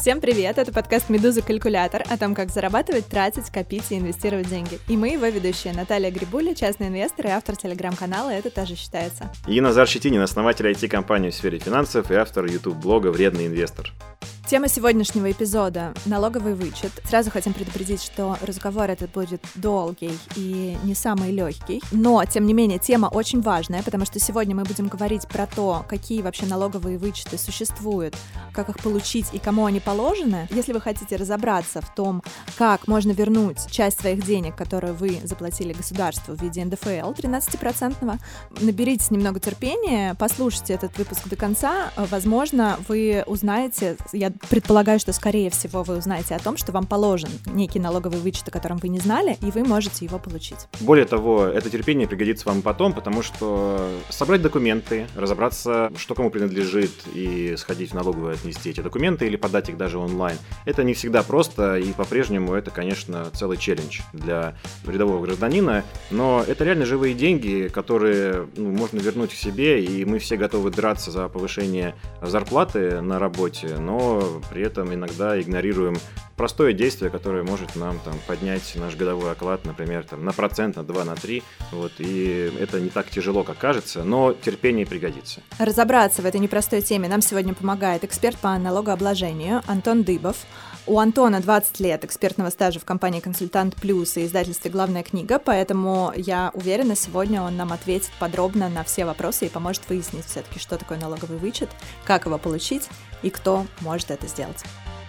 Всем привет! Это подкаст «Медуза Калькулятор» о том, как зарабатывать, тратить, копить и инвестировать деньги. И мы его ведущие Наталья Грибуля, частный инвестор и автор телеграм-канала «Это тоже считается». И Назар Щетинин, основатель IT-компании в сфере финансов и автор YouTube-блога «Вредный инвестор». Тема сегодняшнего эпизода – налоговый вычет. Сразу хотим предупредить, что разговор этот будет долгий и не самый легкий, но, тем не менее, тема очень важная, потому что сегодня мы будем говорить про то, какие вообще налоговые вычеты существуют, как их получить и кому они положены. Если вы хотите разобраться в том, как можно вернуть часть своих денег, которые вы заплатили государству в виде НДФЛ 13%, наберитесь немного терпения, послушайте этот выпуск до конца, возможно, вы узнаете, я предполагаю, что, скорее всего, вы узнаете о том, что вам положен некий налоговый вычет, о котором вы не знали, и вы можете его получить. Более того, это терпение пригодится вам потом, потому что собрать документы, разобраться, что кому принадлежит, и сходить в налоговую отнести эти документы или подать их даже онлайн, это не всегда просто, и по-прежнему это, конечно, целый челлендж для рядового гражданина, но это реально живые деньги, которые можно вернуть к себе, и мы все готовы драться за повышение зарплаты на работе, но при этом иногда игнорируем простое действие, которое может нам поднять наш годовой оклад, например, на процент, на 2, на 3. И это не так тяжело, как кажется, но терпение пригодится. Разобраться в этой непростой теме нам сегодня помогает эксперт по налогообложению Антон Дыбов. У Антона 20 лет экспертного стажа в компании «Консультант Плюс» и издательстве «Главная книга», поэтому я уверена, сегодня он нам ответит подробно на все вопросы и поможет выяснить все-таки, что такое налоговый вычет, как его получить и кто может это сделать.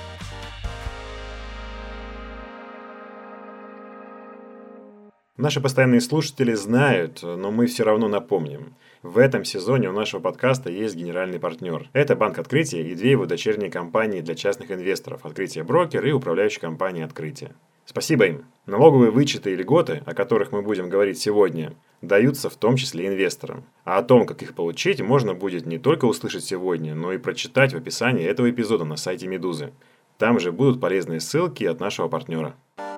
Наши постоянные слушатели знают, но мы все равно напомним. В этом сезоне у нашего подкаста есть генеральный партнер. Это Банк Открытие и две его дочерние компании для частных инвесторов – Открытие Брокер и управляющая компания Открытие. Спасибо им. Налоговые вычеты и льготы, о которых мы будем говорить сегодня, даются в том числе инвесторам. А о том, как их получить, можно будет не только услышать сегодня, но и прочитать в описании этого эпизода на сайте Медузы. Там же будут полезные ссылки от нашего партнера.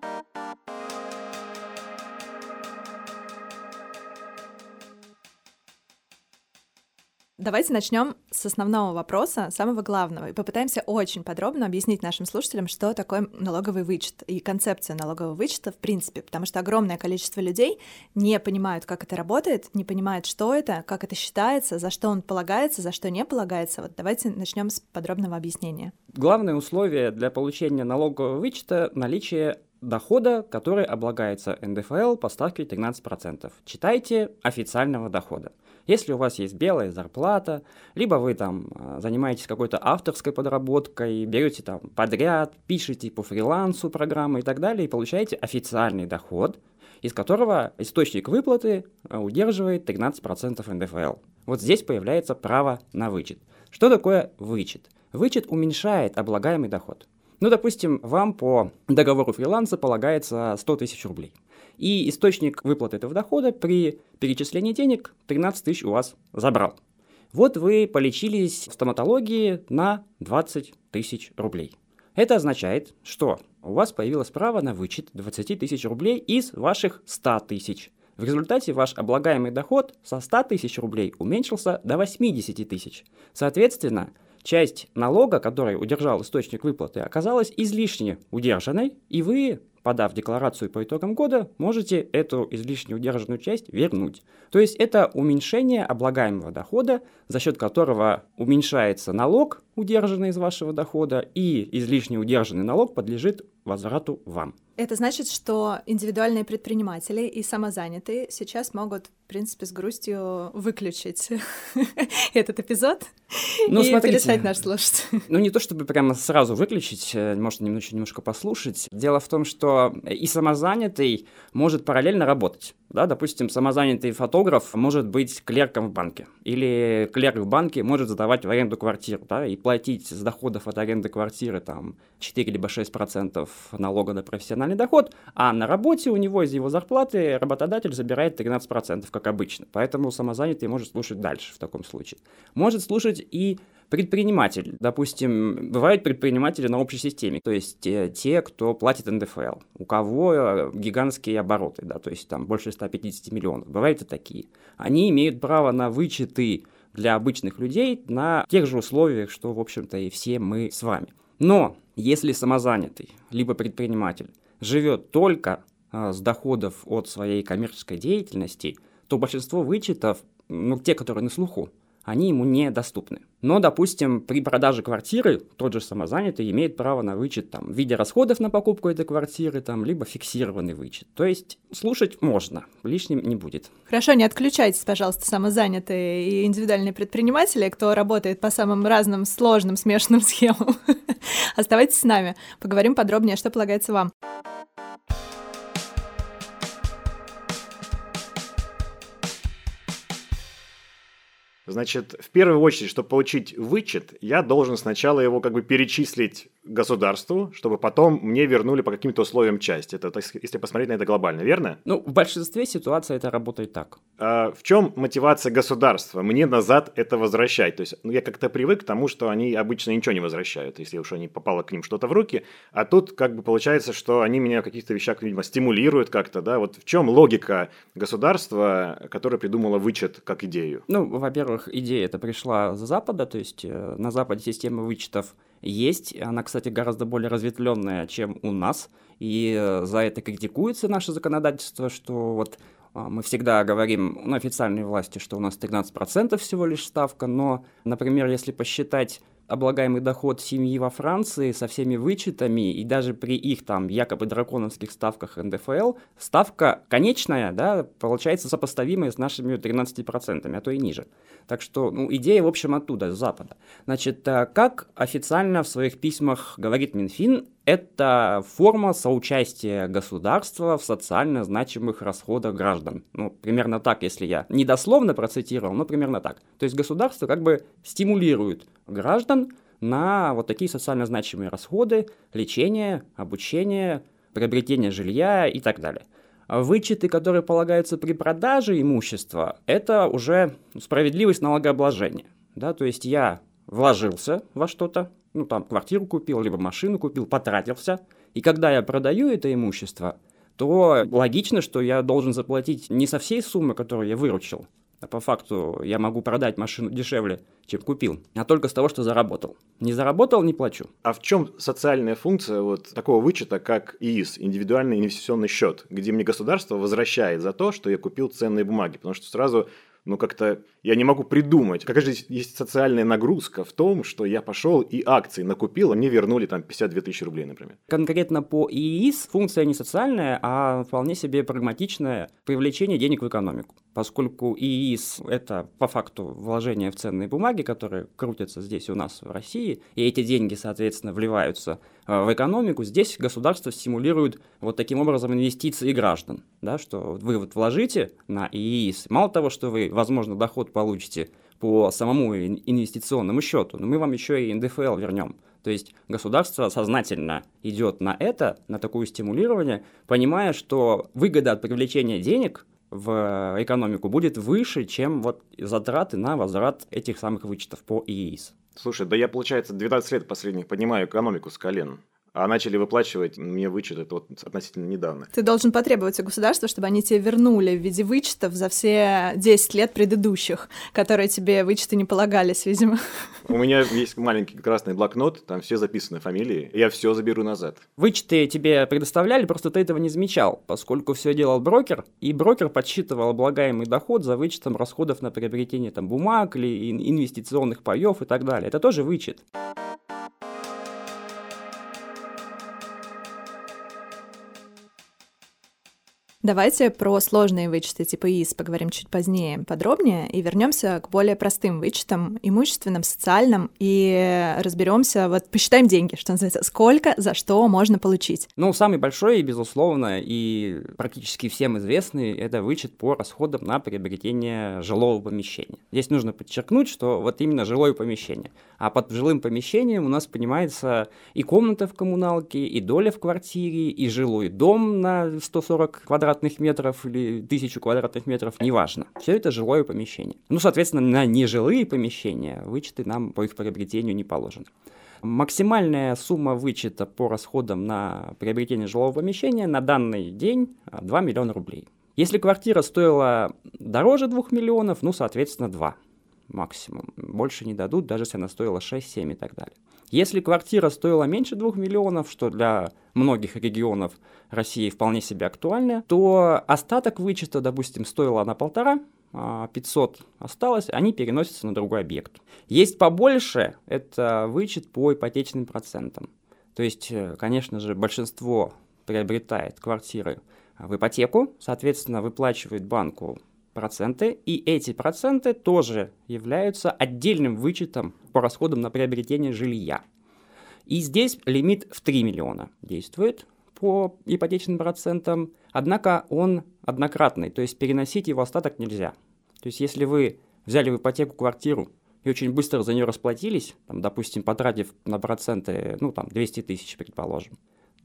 Давайте начнем с основного вопроса, самого главного, и попытаемся очень подробно объяснить нашим слушателям, что такое налоговый вычет и концепцию налогового вычета в принципе, потому что огромное количество людей не понимают, как это работает, не понимают, что это, как это считается, за что он полагается, за что не полагается. Давайте начнем с подробного объяснения. Главное условие для получения налогового вычета – наличие дохода, который облагается НДФЛ по ставке 13%. Читайте официального дохода. Если у вас есть белая зарплата, либо вы занимаетесь какой-то авторской подработкой, берете подряд, пишете по фрилансу программы и так далее, и получаете официальный доход, из которого источник выплаты удерживает 13% НДФЛ. Вот здесь появляется право на вычет. Что такое вычет? Вычет уменьшает облагаемый доход. Допустим, вам по договору фриланса полагается 100 тысяч рублей. И источник выплаты этого дохода при перечислении денег 13 тысяч у вас забрал. Вот вы полечились в стоматологии на 20 тысяч рублей. Это означает, что у вас появилось право на вычет 20 тысяч рублей из ваших 100 тысяч. В результате ваш облагаемый доход со 100 тысяч рублей уменьшился до 80 тысяч. Соответственно, часть налога, который удержал источник выплаты, оказалась излишне удержанной, и вы, подав декларацию по итогам года, можете эту излишне удержанную часть вернуть. То есть это уменьшение облагаемого дохода, за счет которого уменьшается налог, удержанный из вашего дохода, и излишне удержанный налог подлежит возврату вам. Это значит, что индивидуальные предприниматели и самозанятые сейчас могут, в принципе, с грустью выключить этот эпизод и перестать нас слушать. Не то чтобы прямо сразу выключить, может немножко послушать. Дело в том, что и самозанятый может параллельно работать. Да, допустим, самозанятый фотограф может быть клерком в банке, или клерк в банке может сдавать в аренду квартиру, да, и платить с доходов от аренды квартиры 4 либо 6% налога на профессиональный доход, а на работе у него из его зарплаты работодатель забирает 13%, как обычно. Поэтому самозанятый может слушать дальше в таком случае. Может слушать и предприниматель. Допустим, бывают предприниматели на общей системе, то есть те, кто платит НДФЛ, у кого гигантские обороты, да, то есть больше 150 миллионов. Бывают и такие. Они имеют право на вычеты для обычных людей на тех же условиях, что, в общем-то, и все мы с вами. Но если самозанятый, либо предприниматель живет только с доходов от своей коммерческой деятельности, то большинство вычетов, те, которые на слуху, они ему недоступны. Но, допустим, при продаже квартиры тот же самозанятый имеет право на вычет в виде расходов на покупку этой квартиры, либо фиксированный вычет. То есть слушать можно, лишним не будет. Хорошо, не отключайтесь, пожалуйста, самозанятые и индивидуальные предприниматели, кто работает по самым разным сложным, смешанным схемам. Оставайтесь с нами, поговорим подробнее, что полагается вам. Значит, в первую очередь, чтобы получить вычет, я должен сначала его перечислить государству, чтобы потом мне вернули по каким-то условиям часть. Это, если посмотреть на это глобально, верно? В большинстве ситуаций это работает так. А в чем мотивация государства? Мне назад это возвращать. То есть я как-то привык к тому, что они обычно ничего не возвращают, если уж они попало к ним что-то в руки. А тут получается, что они меня в каких-то вещах, видимо, стимулируют как-то, да? Вот в чем логика государства, которое придумало вычет как идею? Во-первых, идея эта пришла с Запада, то есть на Западе система вычетов есть. Она, кстати, гораздо более разветвленная, чем у нас. И за это критикуется наше законодательство, что мы всегда говорим официальной власти, что у нас 13% всего лишь ставка, но, например, если посчитать облагаемый доход семьи во Франции со всеми вычетами, и даже при их якобы драконовских ставках НДФЛ, ставка конечная, получается сопоставимая с нашими 13%, а то и ниже. Так что, идея, в общем, оттуда, с Запада. Значит, как официально в своих письмах говорит Минфин, это форма соучастия государства в социально значимых расходах граждан. Примерно так, если я не дословно процитировал, но примерно так. То есть государство стимулирует граждан на такие социально значимые расходы, лечение, обучение, приобретение жилья и так далее. Вычеты, которые полагаются при продаже имущества, это уже справедливость налогообложения. То есть я вложился во что-то, квартиру купил, либо машину купил, потратился, и когда я продаю это имущество, то логично, что я должен заплатить не со всей суммы, которую я выручил, а по факту я могу продать машину дешевле, чем купил, а только с того, что заработал. Не заработал — не плачу. А в чем социальная функция такого вычета, как ИИС, индивидуальный инвестиционный счет, где мне государство возвращает за то, что я купил ценные бумаги? Потому что сразу как-то я не могу придумать. Какая же есть социальная нагрузка в том, что я пошел и акции накупил, а мне вернули 52 тысячи рублей, например. Конкретно по ИИС функция не социальная, а вполне себе прагматичное привлечение денег в экономику. Поскольку ИИС – это по факту вложение в ценные бумаги, которые крутятся здесь у нас в России, и эти деньги, соответственно, вливаются в экономику, здесь государство стимулирует таким образом инвестиции граждан, что вы вложите на ИИС, мало того, что вы, возможно, доход получите по самому инвестиционному счету, но мы вам еще и НДФЛ вернем. То есть государство сознательно идет на такое стимулирование, понимая, что выгода от привлечения денег в экономику будет выше, чем затраты на возврат этих самых вычетов по ИИС. Слушай, да я, получается, 12 лет последних поднимаю экономику с колен. А начали выплачивать мне вычет это относительно недавно. Ты должен потребовать у государства, чтобы они тебе вернули в виде вычетов за все 10 лет предыдущих, которые тебе вычеты не полагались, видимо. У меня есть маленький красный блокнот, там все записаны фамилии, я все заберу назад. Вычеты тебе предоставляли, просто ты этого не замечал, поскольку все делал брокер, и брокер подсчитывал облагаемый доход за вычетом расходов на приобретение бумаг или инвестиционных паев и так далее. Это тоже вычет. Давайте про сложные вычеты типа ИИС поговорим чуть позднее подробнее и вернемся к более простым вычетам, имущественным, социальным, и разберемся, посчитаем деньги, что называется, сколько за что можно получить. Самый большой, безусловно, и практически всем известный, это вычет по расходам на приобретение жилого помещения. Здесь нужно подчеркнуть, что именно жилое помещение. А под жилым помещением у нас понимается и комната в коммуналке, и доля в квартире, и жилой дом на 140 квадратных метров или 1000 квадратных метров, неважно. Все это жилое помещение. Соответственно, на нежилые помещения вычеты нам по их приобретению не положены. Максимальная сумма вычета по расходам на приобретение жилого помещения на данный день 2 миллиона рублей. Если квартира стоила дороже 2 миллионов, соответственно, 2 максимум. Больше не дадут, даже если она стоила 6, 7 и так далее. Если квартира стоила меньше 2 миллионов, что для многих регионов России вполне себе актуально, то остаток вычета, допустим, стоила она 1,5, 500 осталось, они переносятся на другой объект. Есть побольше, это вычет по ипотечным процентам. То есть, конечно же, большинство приобретает квартиры в ипотеку, соответственно, выплачивает банку проценты, и эти проценты тоже являются отдельным вычетом по расходам на приобретение жилья. И здесь лимит в 3 миллиона действует по ипотечным процентам, однако он однократный, то есть переносить его остаток нельзя. То есть если вы взяли в ипотеку квартиру и очень быстро за нее расплатились, там, допустим, потратив на проценты, 200 тысяч, предположим,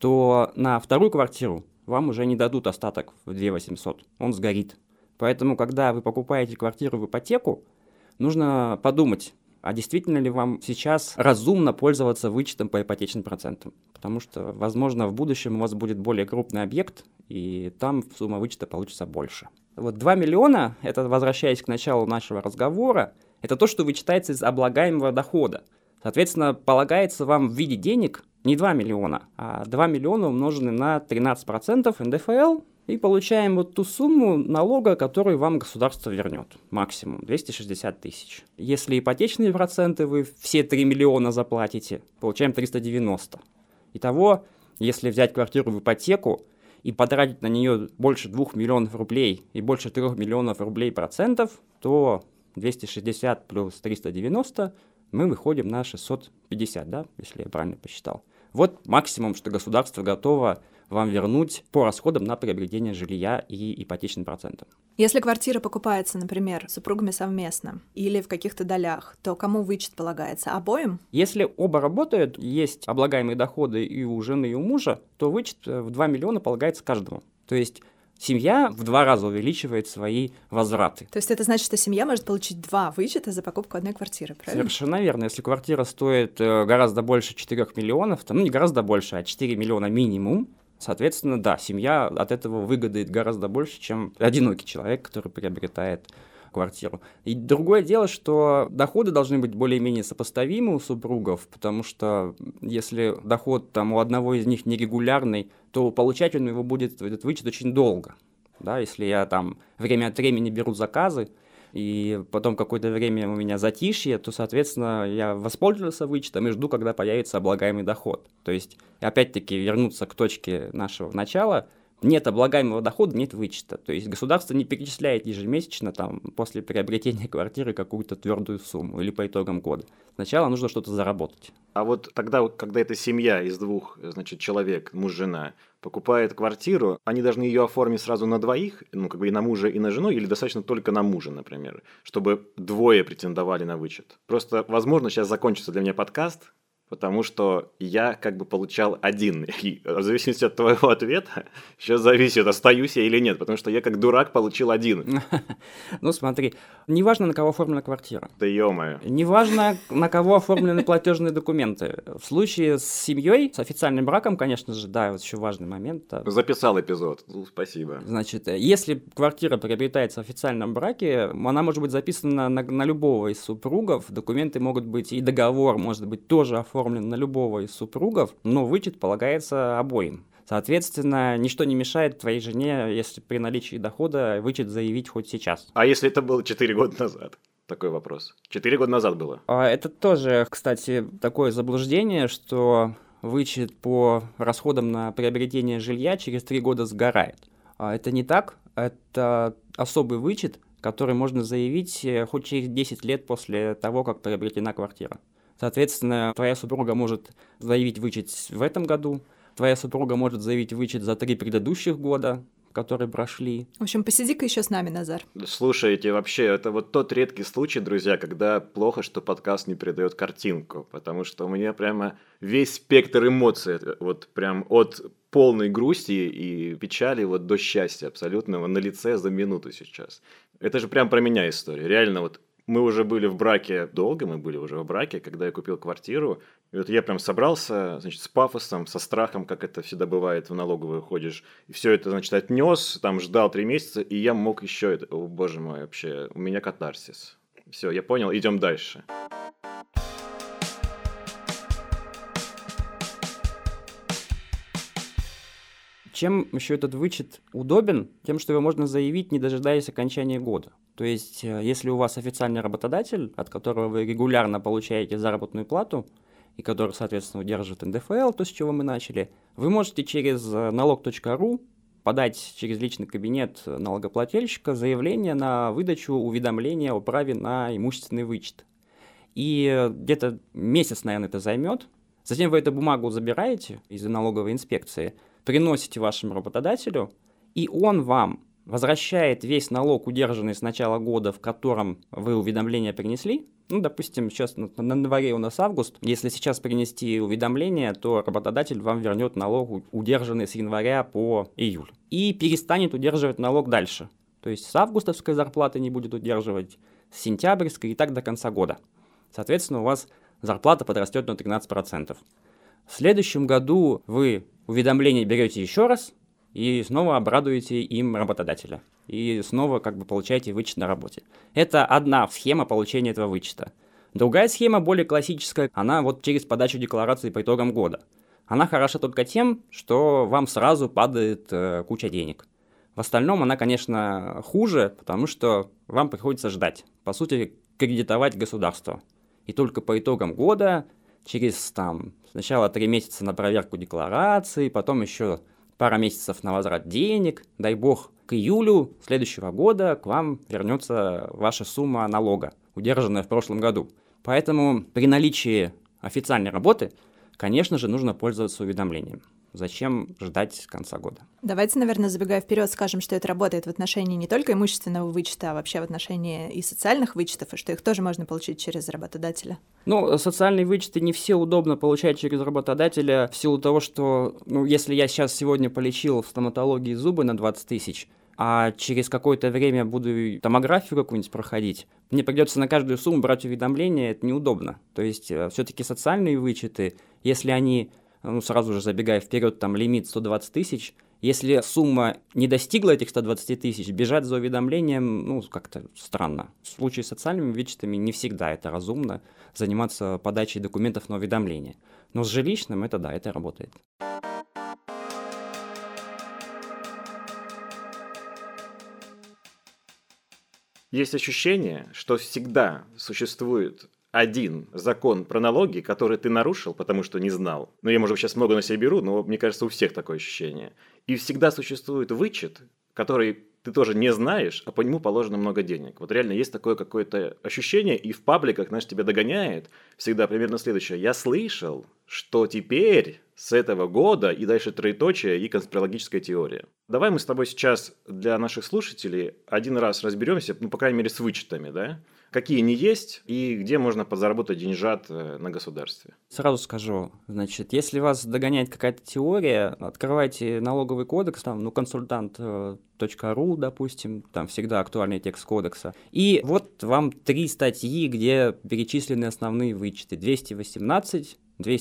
то на вторую квартиру вам уже не дадут остаток в 2 800, он сгорит. Поэтому, когда вы покупаете квартиру в ипотеку, нужно подумать, а действительно ли вам сейчас разумно пользоваться вычетом по ипотечным процентам. Потому что, возможно, в будущем у вас будет более крупный объект, и там сумма вычета получится больше. Вот 2 миллиона, это, возвращаясь к началу нашего разговора, это то, что вычитается из облагаемого дохода. Соответственно, полагается вам в виде денег не 2 миллиона, а 2 миллиона умноженные на 13% НДФЛ, и получаем вот ту сумму налога, которую вам государство вернет. Максимум 260 тысяч. Если ипотечные проценты вы все 3 миллиона заплатите, получаем 390. Итого, если взять квартиру в ипотеку и потратить на нее больше 2 миллионов рублей и больше 3 миллионов рублей процентов, то 260 плюс 390 мы выходим на 650, да, если я правильно посчитал. Вот максимум, что государство готово вам вернуть по расходам на приобретение жилья и ипотечным процентам. Если квартира покупается, например, супругами совместно или в каких-то долях, то кому вычет полагается? Обоим? Если оба работают, есть облагаемые доходы и у жены, и у мужа, то вычет в 2 миллиона полагается каждому. То есть семья в 2 раза увеличивает свои возвраты. То есть это значит, что семья может получить 2 вычета за покупку одной квартиры, правильно? Совершенно верно. Если квартира стоит гораздо больше 4 миллионов, то, не гораздо больше, а 4 миллиона минимум, соответственно, да, семья от этого выгодает гораздо больше, чем одинокий человек, который приобретает квартиру. И другое дело, что доходы должны быть более-менее сопоставимы у супругов, потому что если доход там у одного из них нерегулярный, то получать он его будет, этот вычет, очень долго. Да, если я там время от времени беру заказы, и потом какое-то время у меня затишье, то, соответственно, я воспользовался вычетом и жду, когда появится облагаемый доход. То есть, опять-таки, вернуться к точке нашего начала, нет облагаемого дохода, нет вычета. То есть государство не перечисляет ежемесячно там, после приобретения квартиры какую-то твердую сумму или по итогам года. Сначала нужно что-то заработать. А вот тогда, когда эта семья из 2, человек, муж-жена, покупает квартиру, они должны ее оформить сразу на 2, и на мужа, и на жену, или достаточно только на мужа, например, чтобы 2 претендовали на вычет? Просто, возможно, сейчас закончится для меня подкаст, потому что я получал 1. И в зависимости от твоего ответа, сейчас зависит, остаюсь я или нет, потому что я как дурак получил 1. Ну смотри, неважно, на кого оформлена квартира. Да ё-моё. Неважно, на кого оформлены платежные документы. В случае с семьей, с официальным браком, конечно же, да, вот еще важный момент. Записал эпизод, спасибо. Значит, если квартира приобретается в официальном браке, она может быть записана на любого из супругов, документы могут быть, и договор может быть тоже оформлен на любого из супругов, но вычет полагается обоим. Соответственно, ничто не мешает твоей жене, если при наличии дохода, вычет заявить хоть сейчас. А если это было 4 года назад? Такой вопрос. 4 года назад было. Это тоже, кстати, такое заблуждение, что вычет по расходам на приобретение жилья через 3 года сгорает. Это не так. Это особый вычет, который можно заявить хоть через 10 лет после того, как приобретена квартира. Соответственно, твоя супруга может заявить вычет в этом году, твоя супруга может заявить вычет за 3 предыдущих года, которые прошли. В общем, посиди-ка еще с нами, Назар. Слушайте, вообще, это вот тот редкий случай, друзья, когда плохо, что подкаст не передает картинку, потому что у меня прямо весь спектр эмоций, вот прям от полной грусти и печали вот до счастья абсолютного на лице за минуту сейчас. Это же прям про меня история, реально вот. Мы уже были в браке долго, мы были уже в браке, когда я купил квартиру. И вот я прям собрался, с пафосом, со страхом, как это всегда бывает, в налоговую ходишь. И все это, отнес, там ждал 3 месяца, и я мог еще это... О, боже мой, вообще, у меня катарсис. Все, я понял, идем дальше. Чем еще этот вычет удобен? Тем, что его можно заявить, не дожидаясь окончания года. То есть, если у вас официальный работодатель, от которого вы регулярно получаете заработную плату, и который, соответственно, удерживает НДФЛ, то, с чего мы начали, вы можете через налог.ру подать через личный кабинет налогоплательщика заявление на выдачу уведомления о праве на имущественный вычет. И где-то месяц, наверное, это займет. Затем вы эту бумагу забираете из налоговой инспекции, приносите вашему работодателю, и он вам возвращает весь налог, удержанный с начала года, в котором вы уведомление принесли. Ну, допустим, сейчас на дворе у нас август. Если сейчас принести уведомление, то работодатель вам вернет налог, удержанный с января по июль. И перестанет удерживать налог дальше. То есть с августовской зарплаты не будет удерживать, с сентябрьской и так до конца года. Соответственно, у вас зарплата подрастет на 13%. В следующем году вы уведомление берете еще раз и снова обрадуете им работодателя. И снова получаете вычет на работе. Это одна схема получения этого вычета. Другая схема, более классическая, она через подачу декларации по итогам года. Она хороша только тем, что вам сразу падает куча денег. В остальном она, конечно, хуже, потому что вам приходится ждать. По сути, кредитовать государство. И только по итогам года, через сначала 3 месяца на проверку декларации, потом еще пара месяцев на возврат денег, дай бог, к июлю следующего года к вам вернется ваша сумма налога, удержанная в прошлом году. Поэтому при наличии официальной работы, конечно же, нужно пользоваться уведомлением. Зачем ждать конца года? Давайте, наверное, забегая вперед, скажем, что это работает в отношении не только имущественного вычета, а вообще в отношении и социальных вычетов, и что их тоже можно получить через работодателя. Социальные вычеты не все удобно получать через работодателя в силу того, что, если я сегодня полечил в стоматологии зубы на 20 тысяч, а через какое-то время буду томографию какую-нибудь проходить, мне придется на каждую сумму брать уведомления, это неудобно. То есть все-таки социальные вычеты, если они, сразу же забегая вперед, лимит 120 тысяч, если сумма не достигла этих 120 тысяч, бежать за уведомлением, как-то странно. В случае с социальными вычетами не всегда это разумно, заниматься подачей документов на уведомление. Но с жилищным это работает. Есть ощущение, что всегда существует один закон про налоги, который ты нарушил, потому что не знал. Я, может быть, сейчас много на себя беру, но мне кажется, у всех такое ощущение. И всегда существует вычет, который ты тоже не знаешь, а по нему положено много денег. Реально есть такое какое-то ощущение, и в пабликах, тебя догоняет всегда примерно следующее. Я слышал, что теперь с этого года и дальше троеточие и конспирологическая теория. Давай мы с тобой сейчас для наших слушателей один раз разберемся, по крайней мере, с вычетами, да? Какие они есть и где можно подзаработать деньжат на государстве? Сразу скажу, если вас догоняет какая-то теория, открывайте налоговый кодекс, консультант.ру, допустим, там всегда актуальный текст кодекса. И вот вам 3 статьи, где перечислены основные вычеты: 218,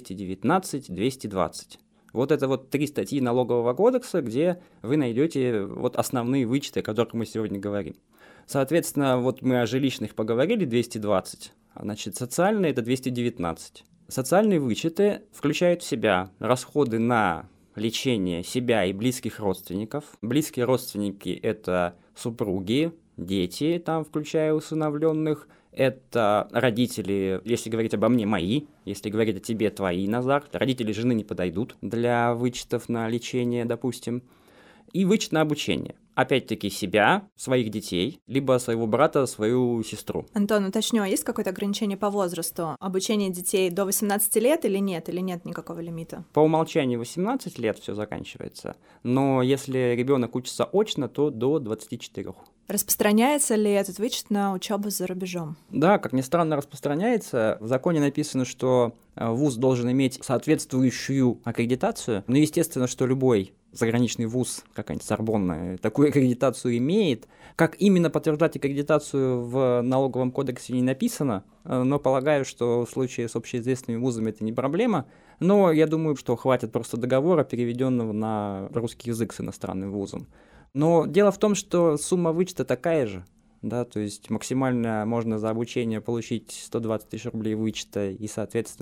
219, 220. Вот это 3 статьи налогового кодекса, где вы найдете основные вычеты, о которых мы сегодня говорим. Соответственно, мы о жилищных поговорили, 220, социальные – это 219. Социальные вычеты включают в себя расходы на лечение себя и близких родственников. Близкие родственники – это супруги, дети, включая усыновленных, это родители, если говорить обо мне, мои, если говорить о тебе, твои, Назар. Родители жены не подойдут для вычетов на лечение, допустим. И вычет на обучение. Опять-таки себя, своих детей, либо своего брата, свою сестру. Антон, уточню, а есть какое-то ограничение по возрасту? Обучение детей до 18 лет или нет? Или нет никакого лимита? По умолчанию 18 лет все заканчивается. Но если ребенок учится очно, то до 24. Распространяется ли этот вычет на учебу за рубежом? Да, как ни странно, распространяется. В законе написано, что вуз должен иметь соответствующую аккредитацию. Но естественно, что любой заграничный вуз, какая-нибудь Сорбонна, такую аккредитацию имеет. Как именно подтверждать аккредитацию в налоговом кодексе не написано, но полагаю, что в случае с общеизвестными вузами это не проблема. Но я думаю, что хватит просто договора, переведенного на русский язык с иностранным вузом. Но дело в том, что сумма вычета такая же, да, то есть максимально можно за обучение получить 120 тысяч рублей вычета, и, соответственно,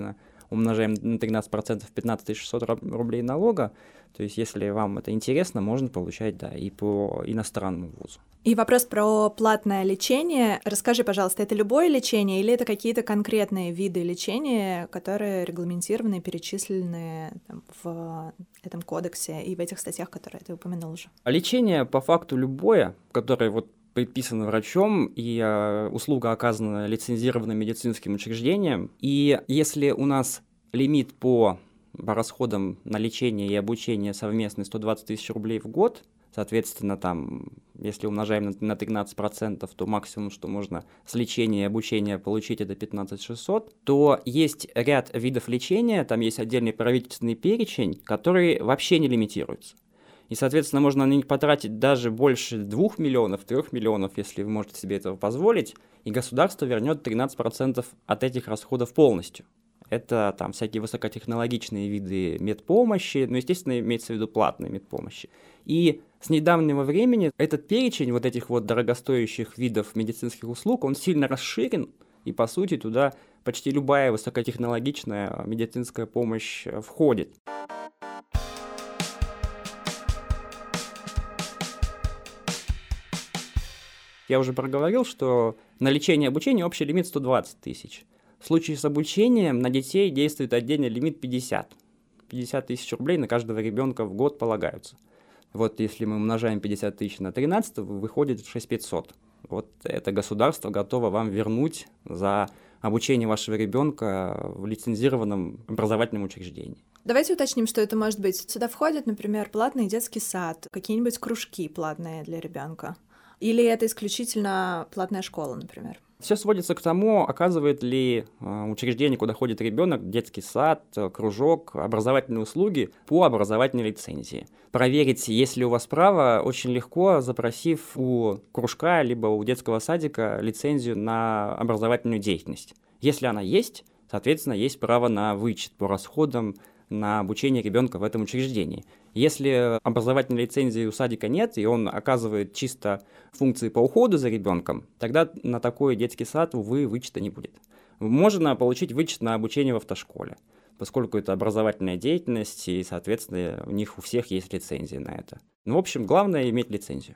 умножаем на 13%, 15 600 рублей налога. То есть, если вам это интересно, можно получать, да, и по иностранному вузу. И вопрос про платное лечение. Расскажи, пожалуйста, это любое лечение или это какие-то конкретные виды лечения, которые регламентированы, перечислены там, в этом кодексе и в этих статьях, которые ты упомянул уже? Лечение по факту любое, которое вот предписано врачом, и услуга оказана лицензированным медицинским учреждением. И если у нас лимит по расходам на лечение и обучение совместный 120 тысяч рублей в год, соответственно, там, если умножаем на 13%, то максимум, что можно с лечения и обучения получить, это 15 600, то есть ряд видов лечения, там есть отдельный правительственный перечень, который вообще не лимитируется. И, соответственно, можно на них потратить даже больше 2 миллионов, 3 миллионов, если вы можете себе этого позволить, и государство вернет 13% от этих расходов полностью. Это там всякие высокотехнологичные виды медпомощи, но, естественно, имеется в виду платные медпомощи. И с недавнего времени этот перечень вот этих вот дорогостоящих видов медицинских услуг, он сильно расширен, и, по сути, туда почти любая высокотехнологичная медицинская помощь входит. Я уже проговорил, что на лечение и обучение общий лимит 120 тысяч. В случае с обучением на детей действует отдельный лимит 50. 50 тысяч рублей на каждого ребенка в год полагаются. Вот если мы умножаем 50 тысяч на 13, то выходит 6500. Вот это государство готово вам вернуть за обучение вашего ребенка в лицензированном образовательном учреждении. Давайте уточним, что это может быть. Сюда входит, например, платный детский сад, какие-нибудь кружки платные для ребенка. Или это исключительно платная школа, например? Все сводится к тому, оказывает ли учреждение, куда ходит ребенок, детский сад, кружок, образовательные услуги по образовательной лицензии. Проверить, есть ли у вас право, очень легко, запросив у кружка либо у детского садика лицензию на образовательную деятельность. Если она есть, соответственно, есть право на вычет по расходам на обучение ребенка в этом учреждении. Если образовательной лицензии у садика нет, и он оказывает чисто функции по уходу за ребенком, тогда на такой детский сад, увы, вычета не будет. Можно получить вычет на обучение в автошколе, поскольку это образовательная деятельность, и, соответственно, у них у всех есть лицензии на это. Ну, в общем, главное иметь лицензию.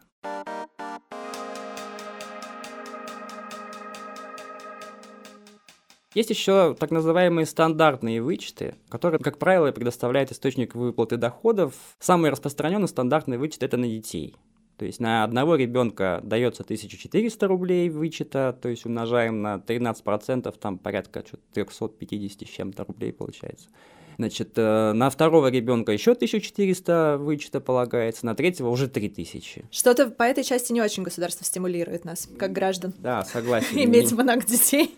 Есть еще так называемые стандартные вычеты, которые, как правило, предоставляет источник выплаты доходов. Самый распространенный стандартный вычет – это на детей. То есть на одного ребенка дается 1400 рублей вычета, то есть умножаем на 13%, там порядка 350 с чем-то рублей получается. Значит, на второго ребенка еще 1400 вычета полагается, на третьего уже 3000. Что-то по этой части не очень государство стимулирует нас, как граждан. Да, согласен. Иметь много детей.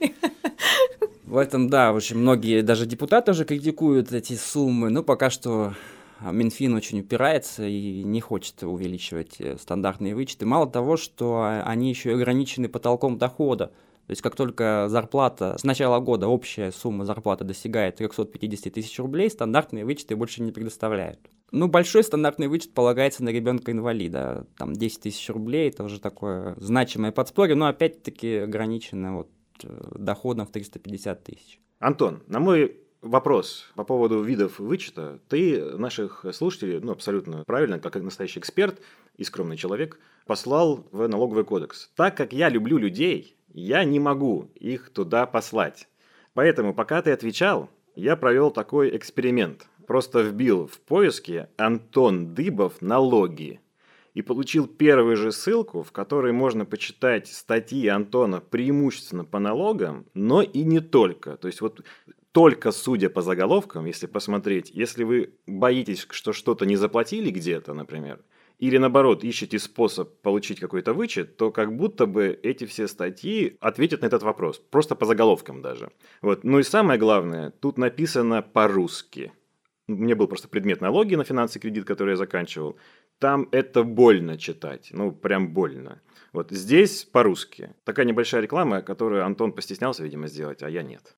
В этом, да, очень многие, даже депутаты уже критикуют эти суммы, но пока что Минфин очень упирается и не хочет увеличивать стандартные вычеты. Мало того, что они еще и ограничены потолком дохода. То есть как только зарплата, с начала года общая сумма зарплаты достигает 350 тысяч рублей, стандартные вычеты больше не предоставляют. Ну, большой стандартный вычет полагается на ребенка-инвалида. Там 10 тысяч рублей, это уже такое значимое подспорье, но опять-таки ограничено вот доходом в 350 тысяч. Антон, на мой вопрос по поводу видов вычета, ты наших слушателей, абсолютно правильно, как настоящий эксперт и скромный человек, послал в налоговый кодекс. Так как я люблю людей, я не могу их туда послать. Поэтому, пока ты отвечал, я провел такой эксперимент. Просто вбил в поиске «Антон Дыбов налоги» и получил первую же ссылку, в которой можно почитать статьи Антона преимущественно по налогам, но и не только. То есть вот только судя по заголовкам, если посмотреть, если вы боитесь, что что-то не заплатили где-то, например, или наоборот ищете способ получить какой-то вычет, то как будто бы эти все статьи ответят на этот вопрос, просто по заголовкам даже. Вот. Ну и самое главное, тут написано по-русски. У меня был просто предмет налоги на финансы и кредит, который я заканчивал. Там это больно читать, прям больно. Вот здесь по-русски. Такая небольшая реклама, которую Антон постеснялся, видимо, сделать, а я нет.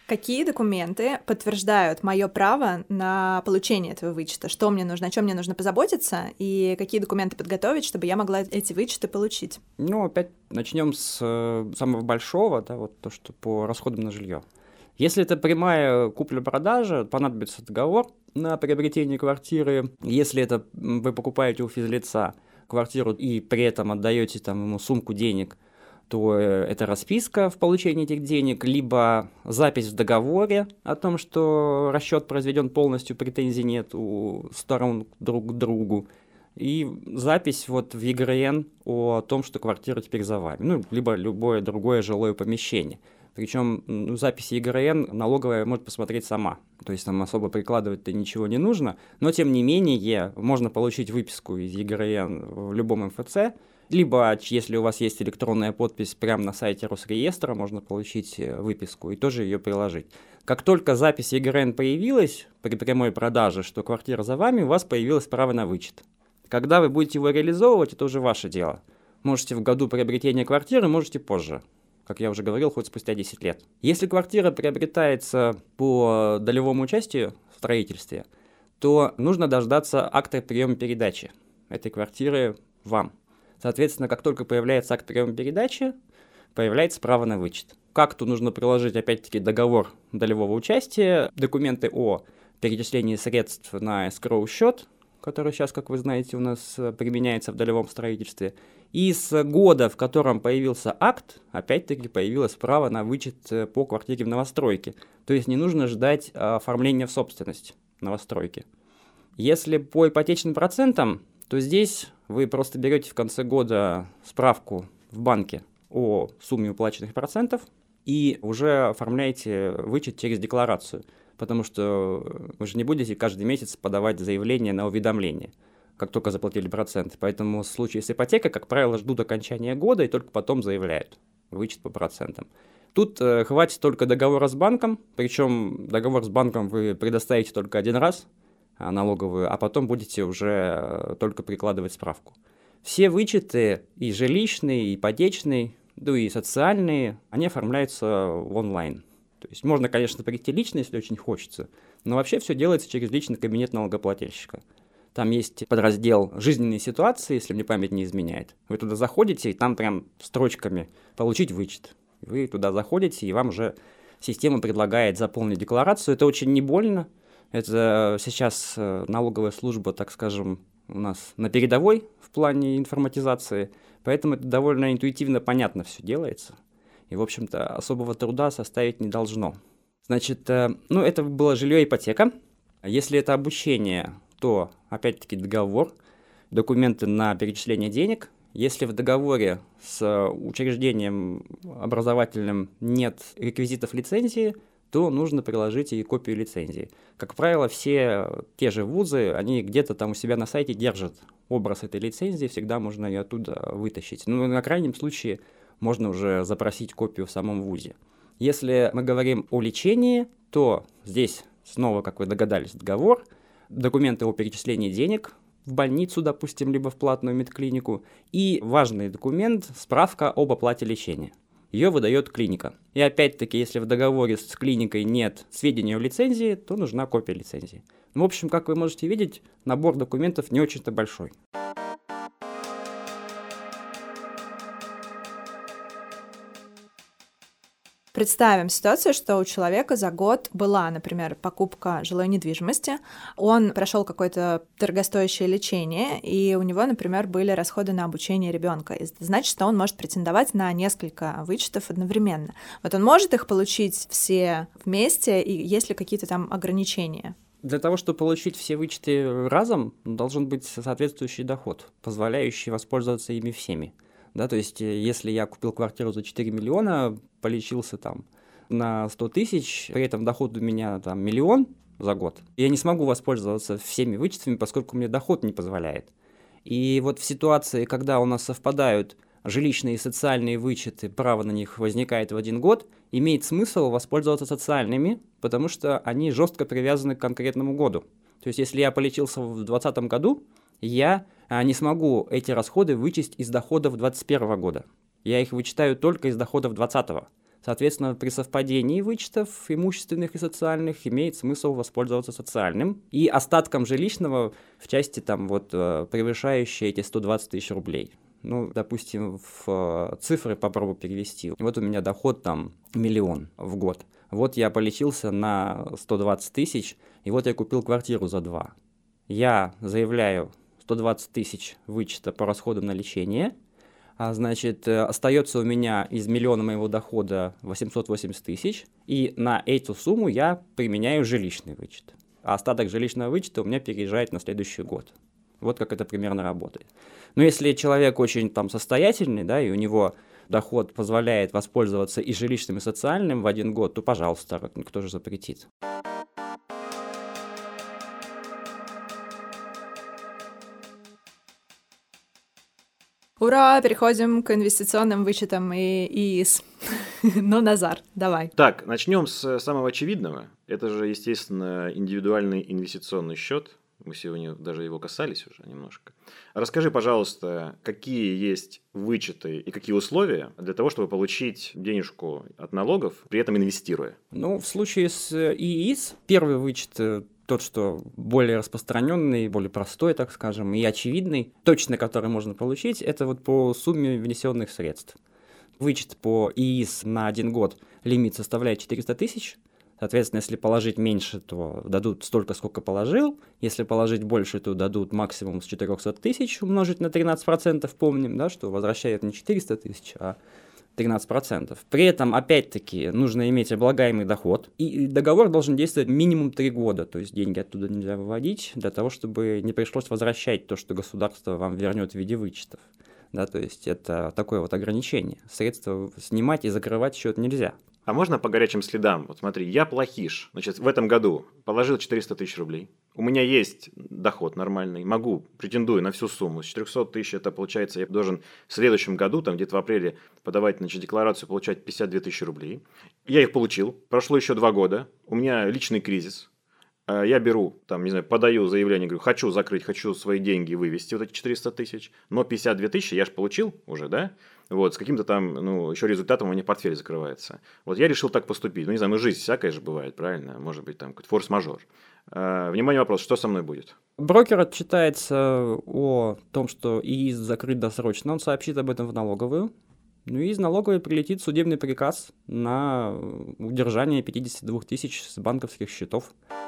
Какие документы подтверждают мое право на получение этого вычета? Что мне нужно, о чем мне нужно позаботиться, и какие документы подготовить, чтобы я могла эти вычеты получить? Ну, опять начнем с самого большого, да, вот то, что по расходам на жилье. Если это прямая купля-продажа, понадобится договор на приобретение квартиры. Если это вы покупаете у физлица квартиру и при этом отдаете там ему сумку денег, то это расписка в получении этих денег, либо запись в договоре о том, что расчет произведен полностью, претензий нет у сторон друг к другу, и запись вот в ЕГРН о том, что квартира теперь за вами, ну, либо любое другое жилое помещение. Причем записи ЕГРН налоговая может посмотреть сама, то есть там особо прикладывать-то ничего не нужно, но тем не менее можно получить выписку из ЕГРН в любом МФЦ, либо, если у вас есть электронная подпись прямо на сайте Росреестра, можно получить выписку и тоже ее приложить. Как только запись ЕГРН появилась при прямой продаже, что квартира за вами, у вас появилось право на вычет. Когда вы будете его реализовывать, это уже ваше дело. Можете в году приобретения квартиры, можете позже. Как я уже говорил, хоть спустя 10 лет. Если квартира приобретается по долевому участию в строительстве, то нужно дождаться акта приема-передачи этой квартиры вам. Соответственно, как только появляется акт приема-передачи, появляется право на вычет. К акту нужно приложить, опять-таки, договор долевого участия, документы о перечислении средств на эскроу-счет, который сейчас, как вы знаете, у нас применяется в долевом строительстве. И с года, в котором появился акт, опять-таки появилось право на вычет по квартире в новостройке. То есть не нужно ждать оформления в собственность новостройки. Если по ипотечным процентам, то здесь вы просто берете в конце года справку в банке о сумме уплаченных процентов и уже оформляете вычет через декларацию. Потому что вы же не будете каждый месяц подавать заявление на уведомление, как только заплатили проценты. Поэтому в случае с ипотекой, как правило, ждут окончания года и только потом заявляют вычет по процентам. Тут хватит только договора с банком, причем договор с банком вы предоставите только один раз, налоговую, а потом будете уже только прикладывать справку. Все вычеты, и жилищные, и ипотечные, ну и социальные, они оформляются онлайн. То есть можно, конечно, прийти лично, если очень хочется, но вообще все делается через личный кабинет налогоплательщика. Там есть подраздел «Жизненные ситуации», если мне память не изменяет. Вы туда заходите, и там прям строчками «Получить вычет». Вы туда заходите, и вам уже система предлагает заполнить декларацию. Это очень не больно. Это сейчас налоговая служба, так скажем, у нас на передовой в плане информатизации, поэтому это довольно интуитивно понятно все делается. И, в общем-то, особого труда составить не должно. Значит, это было жилье и ипотека. Если это обучение, то, опять-таки, договор, документы на перечисление денег. Если в договоре с учреждением образовательным нет реквизитов лицензии, то нужно приложить и копию лицензии. Как правило, все те же вузы, они где-то там у себя на сайте держат образ этой лицензии, всегда можно ее оттуда вытащить. Ну, на крайнем случае, можно уже запросить копию в самом вузе. Если мы говорим о лечении, то здесь снова, как вы догадались, договор, документы о перечислении денег в больницу, допустим, либо в платную медклинику, и важный документ – справка об оплате лечения. Ее выдает клиника. И опять-таки, если в договоре с клиникой нет сведений о лицензии, то нужна копия лицензии. В общем, как вы можете видеть, набор документов не очень-то большой. Представим ситуацию, что у человека за год была, например, покупка жилой недвижимости, он прошел какое-то дорогостоящее лечение, и у него, например, были расходы на обучение ребенка. Это значит, что он может претендовать на несколько вычетов одновременно. Вот он может их получить все вместе, и есть ли какие-то там ограничения? Для того, чтобы получить все вычеты разом, должен быть соответствующий доход, позволяющий воспользоваться ими всеми. Да, то есть, если я купил квартиру за 4 миллиона, полечился там на 100 тысяч, при этом доход у меня там 1 миллион за год, я не смогу воспользоваться всеми вычетами, поскольку мне доход не позволяет. И вот в ситуации, когда у нас совпадают жилищные и социальные вычеты, право на них возникает в один год, имеет смысл воспользоваться социальными, потому что они жестко привязаны к конкретному году. То есть, если я полечился в 2020 году, я не смогу эти расходы вычесть из доходов 2021 года. Я их вычитаю только из доходов 2020. Соответственно, при совпадении вычетов имущественных и социальных имеет смысл воспользоваться социальным и остатком жилищного в части превышающей эти 120 тысяч рублей. Ну, допустим, в цифры попробую перевести. Вот у меня доход 1 миллион в год. Вот я полечился на 120 тысяч, и вот я купил квартиру за 2. Я заявляю 120 тысяч вычета по расходам на лечение, значит, остается у меня из миллиона моего дохода 880 тысяч, и на эту сумму я применяю жилищный вычет. А остаток жилищного вычета у меня переезжает на следующий год. Вот как это примерно работает. Но если человек очень состоятельный, да, и у него доход позволяет воспользоваться и жилищным, и социальным в один год, то, пожалуйста, никто же запретит. Ура! Переходим к инвестиционным вычетам и ИИС. Ну, Назар, давай. Так, начнем с самого очевидного. Это же, естественно, индивидуальный инвестиционный счет. Мы сегодня даже его касались уже немножко. Расскажи, пожалуйста, какие есть вычеты и какие условия для того, чтобы получить денежку от налогов, при этом инвестируя? Ну, в случае с ИИС первый вычет тот, что более распространенный, более простой, так скажем, и очевидный, точно который можно получить, это вот по сумме внесенных средств. Вычет по ИИС на 1 год лимит составляет 400 тысяч. Соответственно, если положить меньше, то дадут столько, сколько положил. Если положить больше, то дадут максимум с 400 тысяч умножить на 13%. Помним, да, что возвращают не 400 тысяч, а 13%. При этом, опять-таки, нужно иметь облагаемый доход. И договор должен действовать минимум 3 года. То есть деньги оттуда нельзя выводить для того, чтобы не пришлось возвращать то, что государство вам вернет в виде вычетов. Да, то есть это такое вот ограничение. Средства снимать и закрывать счет нельзя. А можно по горячим следам? Вот смотри, я плохиш. Значит, в этом году положил 400 тысяч рублей. У меня есть доход нормальный. Претендую на всю сумму. С 400 тысяч это получается, я должен в следующем году, где-то в апреле, подавать, декларацию, получать 52 тысячи рублей. Я их получил. Прошло еще 2 года. У меня личный кризис. Я беру, подаю заявление, говорю, хочу закрыть, хочу свои деньги вывести, вот эти 400 тысяч, но 52 тысячи я же получил уже, да? Вот, с каким-то еще результатом у меня портфель закрывается. Вот я решил так поступить. Жизнь всякая же бывает, правильно? Может быть, какой-то форс-мажор. Внимание, вопрос, что со мной будет? Брокер отчитается о том, что ИИС закрыт досрочно, он сообщит об этом в налоговую. Ну и из налоговой прилетит судебный приказ на удержание 52 тысяч с банковских счетов.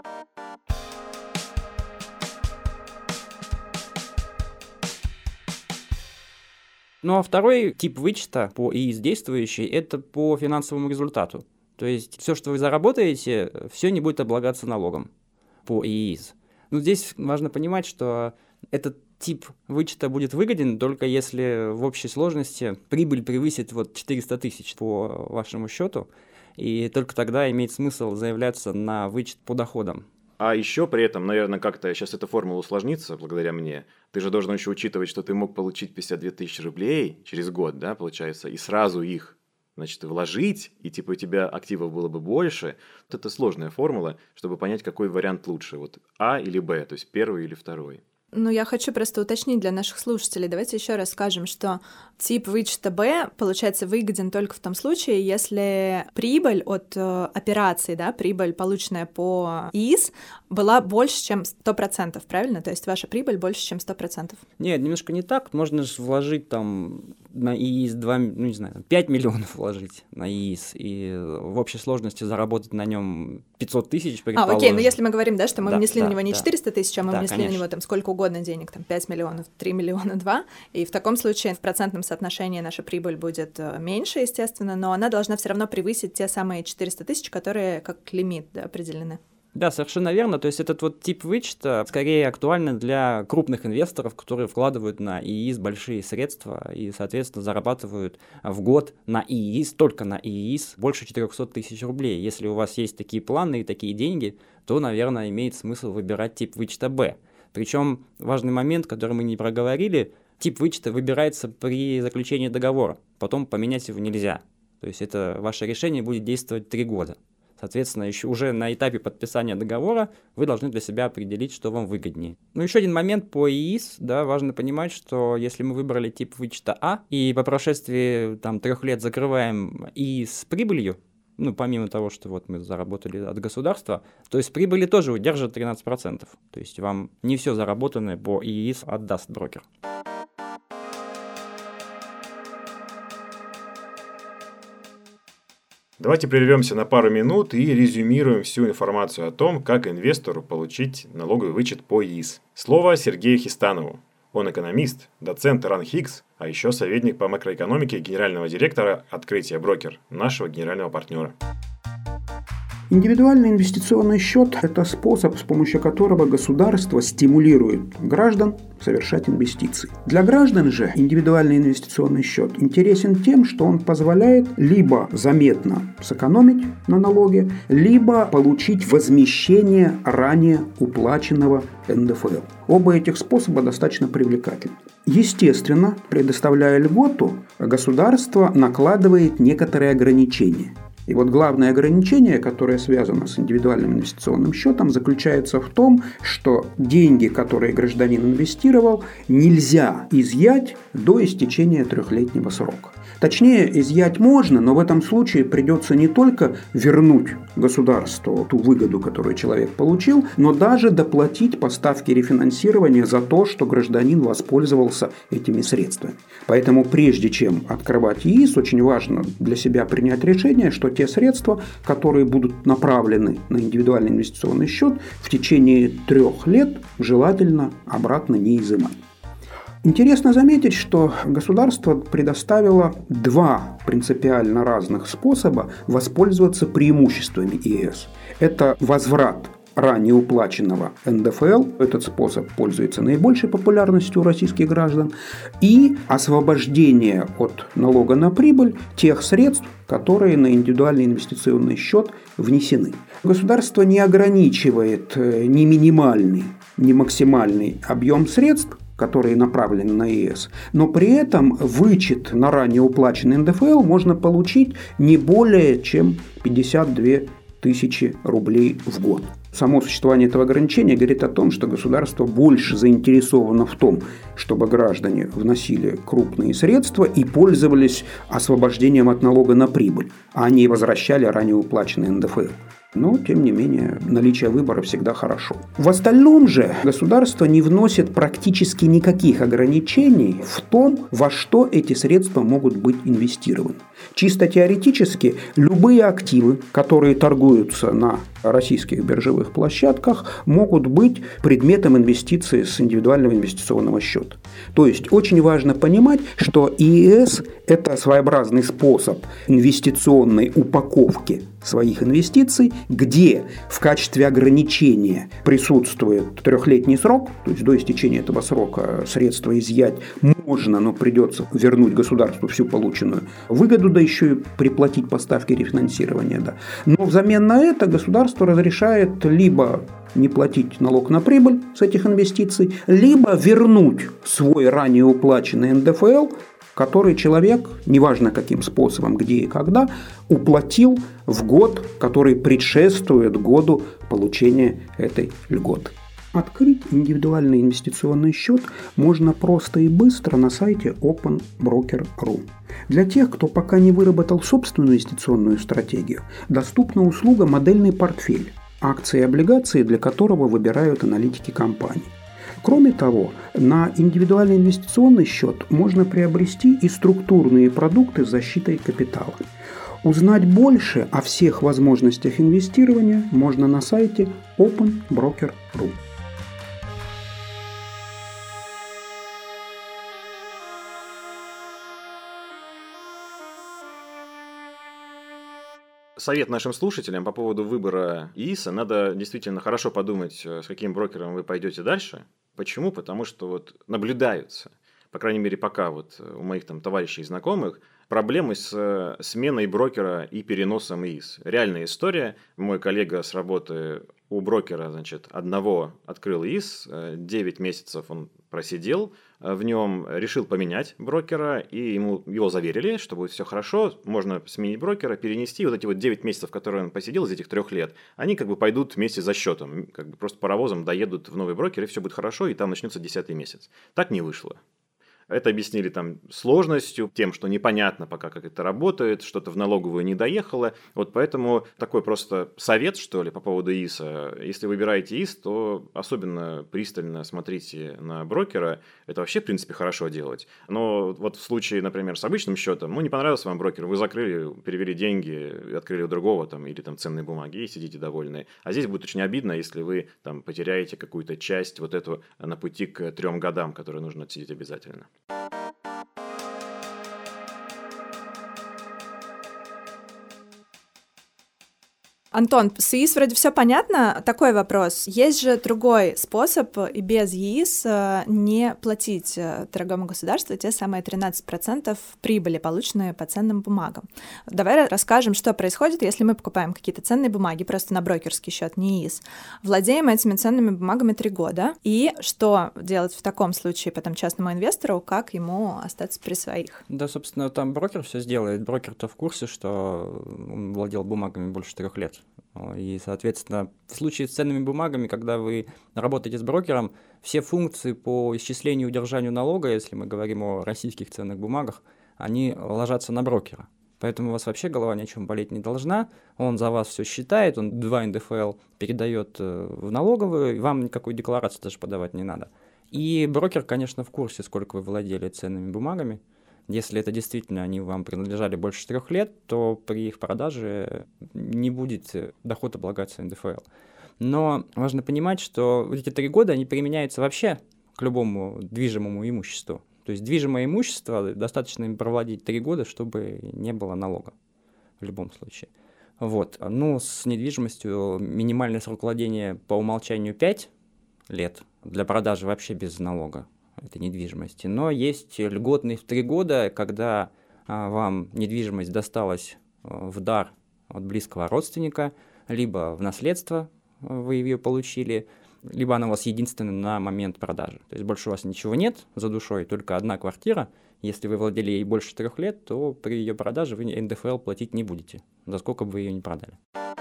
Ну а второй тип вычета по ИИС действующий – это по финансовому результату. То есть все, что вы заработаете, все не будет облагаться налогом по ИИС. Но здесь важно понимать, что этот тип вычета будет выгоден только если в общей сложности прибыль превысит 400 тысяч по вашему счету, и только тогда имеет смысл заявляться на вычет по доходам. А еще при этом, наверное, как-то сейчас эта формула усложнится благодаря мне. Ты же должен еще учитывать, что ты мог получить 52 тысячи рублей через год, да, получается, и сразу их, вложить, и у тебя активов было бы больше. Вот это сложная формула, чтобы понять, какой вариант лучше, А или Б, то есть первый или второй. Ну, я хочу просто уточнить для наших слушателей. Давайте еще раз скажем, что тип вычета Б, получается, выгоден только в том случае, если прибыль от операции, да, прибыль, полученная по ИИС, была больше, чем 100%, правильно? То есть ваша прибыль больше, чем 100%. Нет, немножко не так. Можно же вложить на ИИС 5 миллионов вложить на ИИС, и в общей сложности заработать на нем 500 тысяч, предположим. Окей, но если мы говорим, да, что мы внесли на него не 400 400 тысяч, а мы внесли на него сколько угодно денег, 5 миллионов, 3 миллиона, 2, и в таком случае в процентном соотношении наша прибыль будет меньше, естественно, но она должна все равно превысить те самые 400 тысяч, которые как лимит, да, определены. Да, совершенно верно. То есть этот тип вычета скорее актуальный для крупных инвесторов, которые вкладывают на ИИС большие средства и, соответственно, зарабатывают в год на ИИС, только на ИИС, больше 400 тысяч рублей. Если у вас есть такие планы и такие деньги, то, наверное, имеет смысл выбирать тип вычета Б. Причем важный момент, который мы не проговорили, тип вычета выбирается при заключении договора, потом поменять его нельзя. То есть это ваше решение будет действовать 3 года. Соответственно, еще уже на этапе подписания договора вы должны для себя определить, что вам выгоднее. Ну, еще один момент по ИИС, да, важно понимать, что если мы выбрали тип вычета А, и по прошествии 3 лет закрываем ИИС с прибылью, ну, помимо того, что вот мы заработали от государства, то есть прибыли тоже удержат 13%. То есть вам не все заработанное по ИИС отдаст брокер. Давайте прервемся на пару минут и резюмируем всю информацию о том, как инвестору получить налоговый вычет по ИИС. Слово Сергею Хистанову. Он экономист, доцент РАНХИКС, а еще советник по макроэкономике генерального директора «Открытие брокер», нашего генерального партнера. Индивидуальный инвестиционный счет – это способ, с помощью которого государство стимулирует граждан совершать инвестиции. Для граждан же индивидуальный инвестиционный счет интересен тем, что он позволяет либо заметно сэкономить на налоге, либо получить возмещение ранее уплаченного НДФЛ. Оба этих способа достаточно привлекательны. Естественно, предоставляя льготу, государство накладывает некоторые ограничения. И вот главное ограничение, которое связано с индивидуальным инвестиционным счетом, заключается в том, что деньги, которые гражданин инвестировал, нельзя изъять до истечения 3-летнего срока. Точнее, изъять можно, но в этом случае придется не только вернуть государству ту выгоду, которую человек получил, но даже доплатить по ставке рефинансирования за то, что гражданин воспользовался этими средствами. Поэтому прежде чем открывать ИИС, очень важно для себя принять решение, что те средства, которые будут направлены на индивидуальный инвестиционный счет, в течение 3 лет желательно обратно не изымать. Интересно заметить, что государство предоставило 2 принципиально разных способа воспользоваться преимуществами ИИС. Это возврат ранее уплаченного НДФЛ, этот способ пользуется наибольшей популярностью у российских граждан, и освобождение от налога на прибыль тех средств, которые на индивидуальный инвестиционный счет внесены. Государство не ограничивает ни минимальный, ни максимальный объем средств, которые направлены на ИИС, но при этом вычет на ранее уплаченный НДФЛ можно получить не более чем 52 тысячи рублей в год. Само существование этого ограничения говорит о том, что государство больше заинтересовано в том, чтобы граждане вносили крупные средства и пользовались освобождением от налога на прибыль, а не возвращали ранее уплаченный НДФЛ. Но, тем не менее, наличие выбора всегда хорошо. В остальном же государство не вносит практически никаких ограничений в том, во что эти средства могут быть инвестированы. Чисто теоретически, любые активы, которые торгуются на российских биржевых площадках, могут быть предметом инвестиции с индивидуального инвестиционного счета. То есть, очень важно понимать, что ИИС – это своеобразный способ инвестиционной упаковки своих инвестиций, где в качестве ограничения присутствует 3-летний срок, то есть до истечения этого срока средства изъять можно, но придется вернуть государству всю полученную выгоду, да еще и приплатить по ставке рефинансирования. Да. Но взамен на это государство разрешает либо не платить налог на прибыль с этих инвестиций, либо вернуть свой ранее уплаченный НДФЛ, который человек, неважно каким способом, где и когда, уплатил в год, который предшествует году получения этой льготы. Открыть индивидуальный инвестиционный счет можно просто и быстро на сайте openbroker.ru. Для тех, кто пока не выработал собственную инвестиционную стратегию, доступна услуга «Модельный портфель», акции и облигации для которого выбирают аналитики компаний. Кроме того, на индивидуальный инвестиционный счет можно приобрести и структурные продукты с защитой капитала. Узнать больше о всех возможностях инвестирования можно на сайте openbroker.ru. Совет нашим слушателям по поводу выбора ИИСа. Надо действительно хорошо подумать, с каким брокером вы пойдете дальше. Почему? Потому что вот наблюдаются, по крайней мере, пока вот у моих там товарищей и знакомых, проблемы с сменой брокера и переносом ИИС. Реальная история. Мой коллега с работы у брокера, одного открыл ИИС, 9 месяцев он просидел, в нем решил поменять брокера, и его заверили, что будет все хорошо, можно сменить брокера, перенести. Вот эти вот 9 месяцев, которые он посидел из этих 3 лет, они как бы пойдут вместе за счетом, как бы просто паровозом доедут в новый брокер, и все будет хорошо, и там начнется 10-й месяц. Так не вышло. Это объяснили там сложностью, тем, что непонятно пока, как это работает, что-то в налоговую не доехало. Вот поэтому такой просто совет, что ли, по поводу ИИСа. Если выбираете ИИС, то особенно пристально смотрите на брокера. Это вообще, в принципе, хорошо делать. Но вот в случае, например, с обычным счетом, не понравился вам брокер, вы закрыли, перевели деньги, открыли у другого там, или там ценные бумаги и сидите довольны. А здесь будет очень обидно, если вы там потеряете какую-то часть вот эту на пути к 3 годам, которые нужно отсидеть обязательно. Антон, с ИИС вроде все понятно. Такой вопрос. Есть же другой способ и без ИИС не платить дорогому государству те самые 13% прибыли, полученные по ценным бумагам. Давай расскажем, что происходит, если мы покупаем какие-то ценные бумаги просто на брокерский счет, не ИИС. Владеем этими ценными бумагами 3 года. И что делать в таком случае потом частному инвестору, как ему остаться при своих? Да, собственно, там брокер все сделает. Брокер-то в курсе, что он владел бумагами больше 3 лет. И, соответственно, в случае с ценными бумагами, когда вы работаете с брокером, все функции по исчислению и удержанию налога, если мы говорим о российских ценных бумагах, они ложатся на брокера. Поэтому у вас вообще голова ни о чем болеть не должна. Он за вас все считает, он 2 НДФЛ передает в налоговую, и вам никакой декларации даже подавать не надо. И брокер, конечно, в курсе, сколько вы владели ценными бумагами. Если это действительно они вам принадлежали больше 3 лет, то при их продаже не будет доход облагаться НДФЛ. Но важно понимать, что эти 3 года они применяются вообще к любому движимому имуществу. То есть движимое имущество достаточно им провладеть 3 года, чтобы не было налога в любом случае. Вот. Ну, с недвижимостью минимальный срок владения по умолчанию 5 лет, для продажи вообще без налога этой недвижимости. Но есть льготный в 3 года, когда вам недвижимость досталась в дар от близкого родственника, либо в наследство вы ее получили, либо она у вас единственная на момент продажи. То есть больше у вас ничего нет за душой, только одна квартира. Если вы владели ей больше 3 лет, то при ее продаже вы НДФЛ платить не будете, за сколько бы вы ее не продали.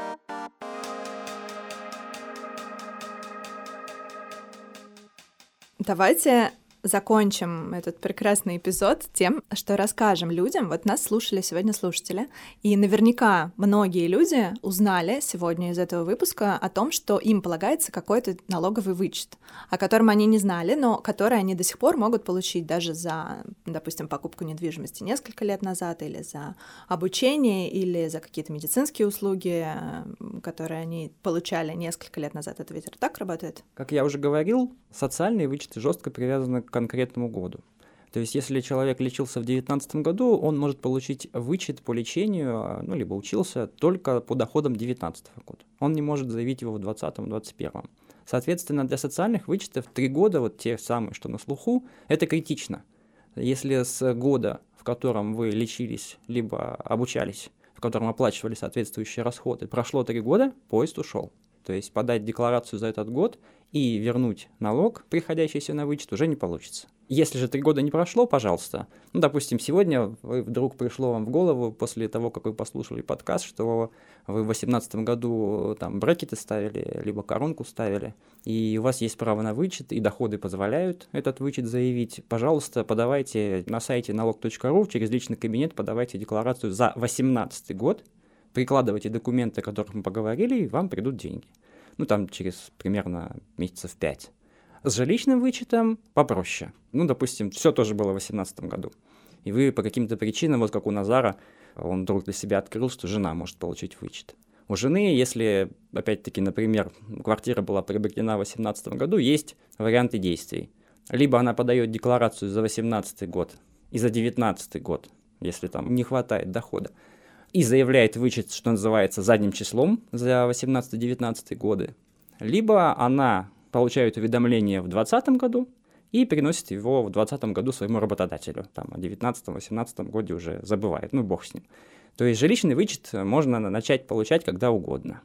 Давайте закончим этот прекрасный эпизод тем, что расскажем людям. Вот нас слушали сегодня слушатели, и наверняка многие люди узнали сегодня из этого выпуска о том, что им полагается какой-то налоговый вычет, о котором они не знали, но который они до сих пор могут получить даже за, допустим, покупку недвижимости несколько лет назад, или за обучение, или за какие-то медицинские услуги, которые они получали несколько лет назад. Это ведь так работает? Как я уже говорил, социальные вычеты жестко привязаны к конкретному году. То есть, если человек лечился в 2019 году, он может получить вычет по лечению, либо учился только по доходам 2019 года. Он не может заявить его в 2020-2021. Соответственно, для социальных вычетов 3 года, вот те самые, что на слуху, это критично. Если с года, в котором вы лечились, либо обучались, в котором оплачивали соответствующие расходы, прошло 3 года, поезд ушел. То есть подать декларацию за этот год и вернуть налог, приходящийся на вычет, уже не получится. Если же 3 года не прошло, пожалуйста, допустим, сегодня вдруг пришло вам в голову, после того, как вы послушали подкаст, что вы в 2018 году там брекеты ставили, либо коронку ставили, и у вас есть право на вычет, и доходы позволяют этот вычет заявить, пожалуйста, подавайте на сайте налог.ру, через личный кабинет подавайте декларацию за 2018 год, прикладывайте документы, о которых мы поговорили, и вам придут деньги. Там через примерно месяцев 5. С жилищным вычетом попроще. Допустим, все тоже было в 2018 году. И вы по каким-то причинам, вот как у Назара, он вдруг для себя открыл, что жена может получить вычет. У жены, если, опять-таки, например, квартира была приобретена в 2018 году, есть варианты действий. Либо она подает декларацию за 2018 год и за 2019 год, если там не хватает дохода, и заявляет вычет, что называется, задним числом за 18-19 годы, либо она получает уведомление в 2020 году и переносит его в 2020 году своему работодателю. Там о 19-18 году уже забывает, бог с ним. То есть жилищный вычет можно начать получать когда угодно.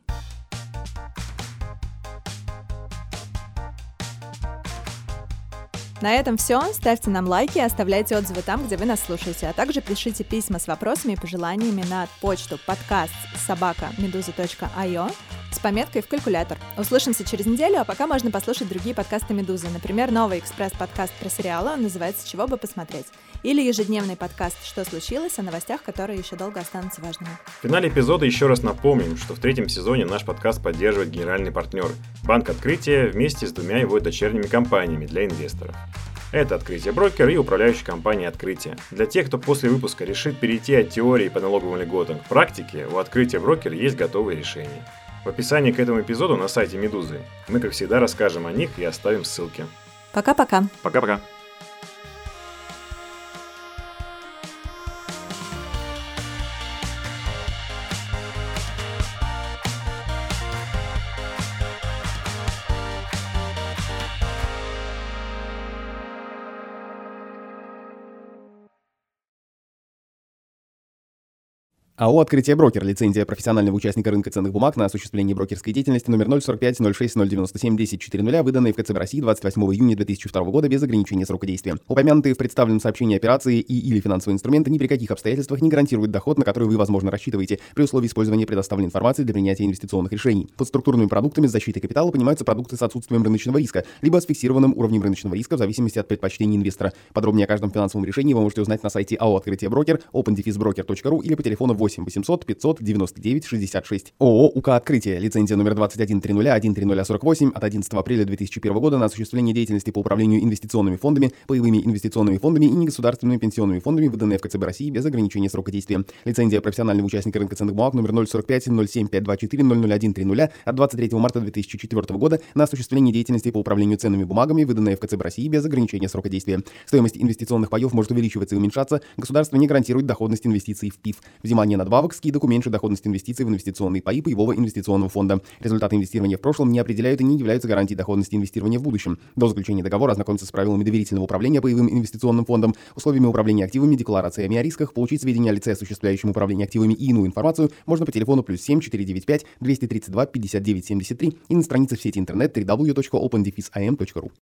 На этом все. Ставьте нам лайки и оставляйте отзывы там, где вы нас слушаете, а также пишите письма с вопросами и пожеланиями на почту podcast@meduza.io с пометкой в калькулятор. Услышимся через неделю, а пока можно послушать другие подкасты Медузы. Например, новый экспресс-подкаст про сериалы, он называется «Чего бы посмотреть». Или ежедневный подкаст «Что случилось?» о новостях, которые еще долго останутся важными. В финале эпизода еще раз напомним, что в 3-м сезоне наш подкаст поддерживает генеральный партнер Банк Открытия вместе с 2 его дочерними компаниями для инвесторов. Это Открытие Брокер и управляющая компания Открытие. Для тех, кто после выпуска решит перейти от теории по налоговым льготам к практике, у Открытия Брокер есть готовые решения. В описании к этому эпизоду на сайте Медузы мы, как всегда, расскажем о них и оставим ссылки. Пока-пока. Пока-пока. АО «Открытие Брокер». Лицензия профессионального участника рынка ценных бумаг на осуществление брокерской деятельности номер 045-06-097-10-4, выданной в КЦБ России 28 июня 2002 года без ограничения срока действия. Упомянутые в представленном сообщении операции и/или финансовые инструменты ни при каких обстоятельствах не гарантируют доход, на который вы, возможно, рассчитываете, при условии использования предоставленной информации для принятия инвестиционных решений. Под структурными продуктами с защитой капитала понимаются продукты с отсутствием рыночного риска, либо с фиксированным уровнем рыночного риска в зависимости от предпочтений инвестора. Подробнее о каждом финансовом решении вы можете узнать на сайте АО «Открытие Брокер», open-broker.ru или по телефону 8 800 599 66. ООО «УК Открытие». Лицензия номер 2130130048 от 11 апреля 2001 года на осуществление деятельности по управлению инвестиционными фондами, паевыми инвестиционными фондами и негосударственными пенсионными фондами, выданная в КЦБ России без ограничения срока действия. Лицензия профессионального участника рынка ценных бумаг номер 045-07524-00130 от 23 марта 2004 года на осуществление деятельности по управлению ценными бумагами, выданная в КЦБ России без ограничения срока действия. Стоимость инвестиционных паев может увеличиваться и уменьшаться. Государство не гарантирует доходность инвестиций в ПИФ. Взимание надбавок, скидок уменьшит доходность инвестиций в инвестиционные паи паевого инвестиционного фонда. Результаты инвестирования в прошлом не определяют и не являются гарантией доходности инвестирования в будущем. До заключения договора ознакомиться с правилами доверительного управления паевым инвестиционным фондом, условиями управления активами, декларациями о рисках, получить сведения о лице, осуществляющем управление активами и иную информацию можно по телефону +7 495 232 59 73 и на странице в сети интернет www.open-am.ru.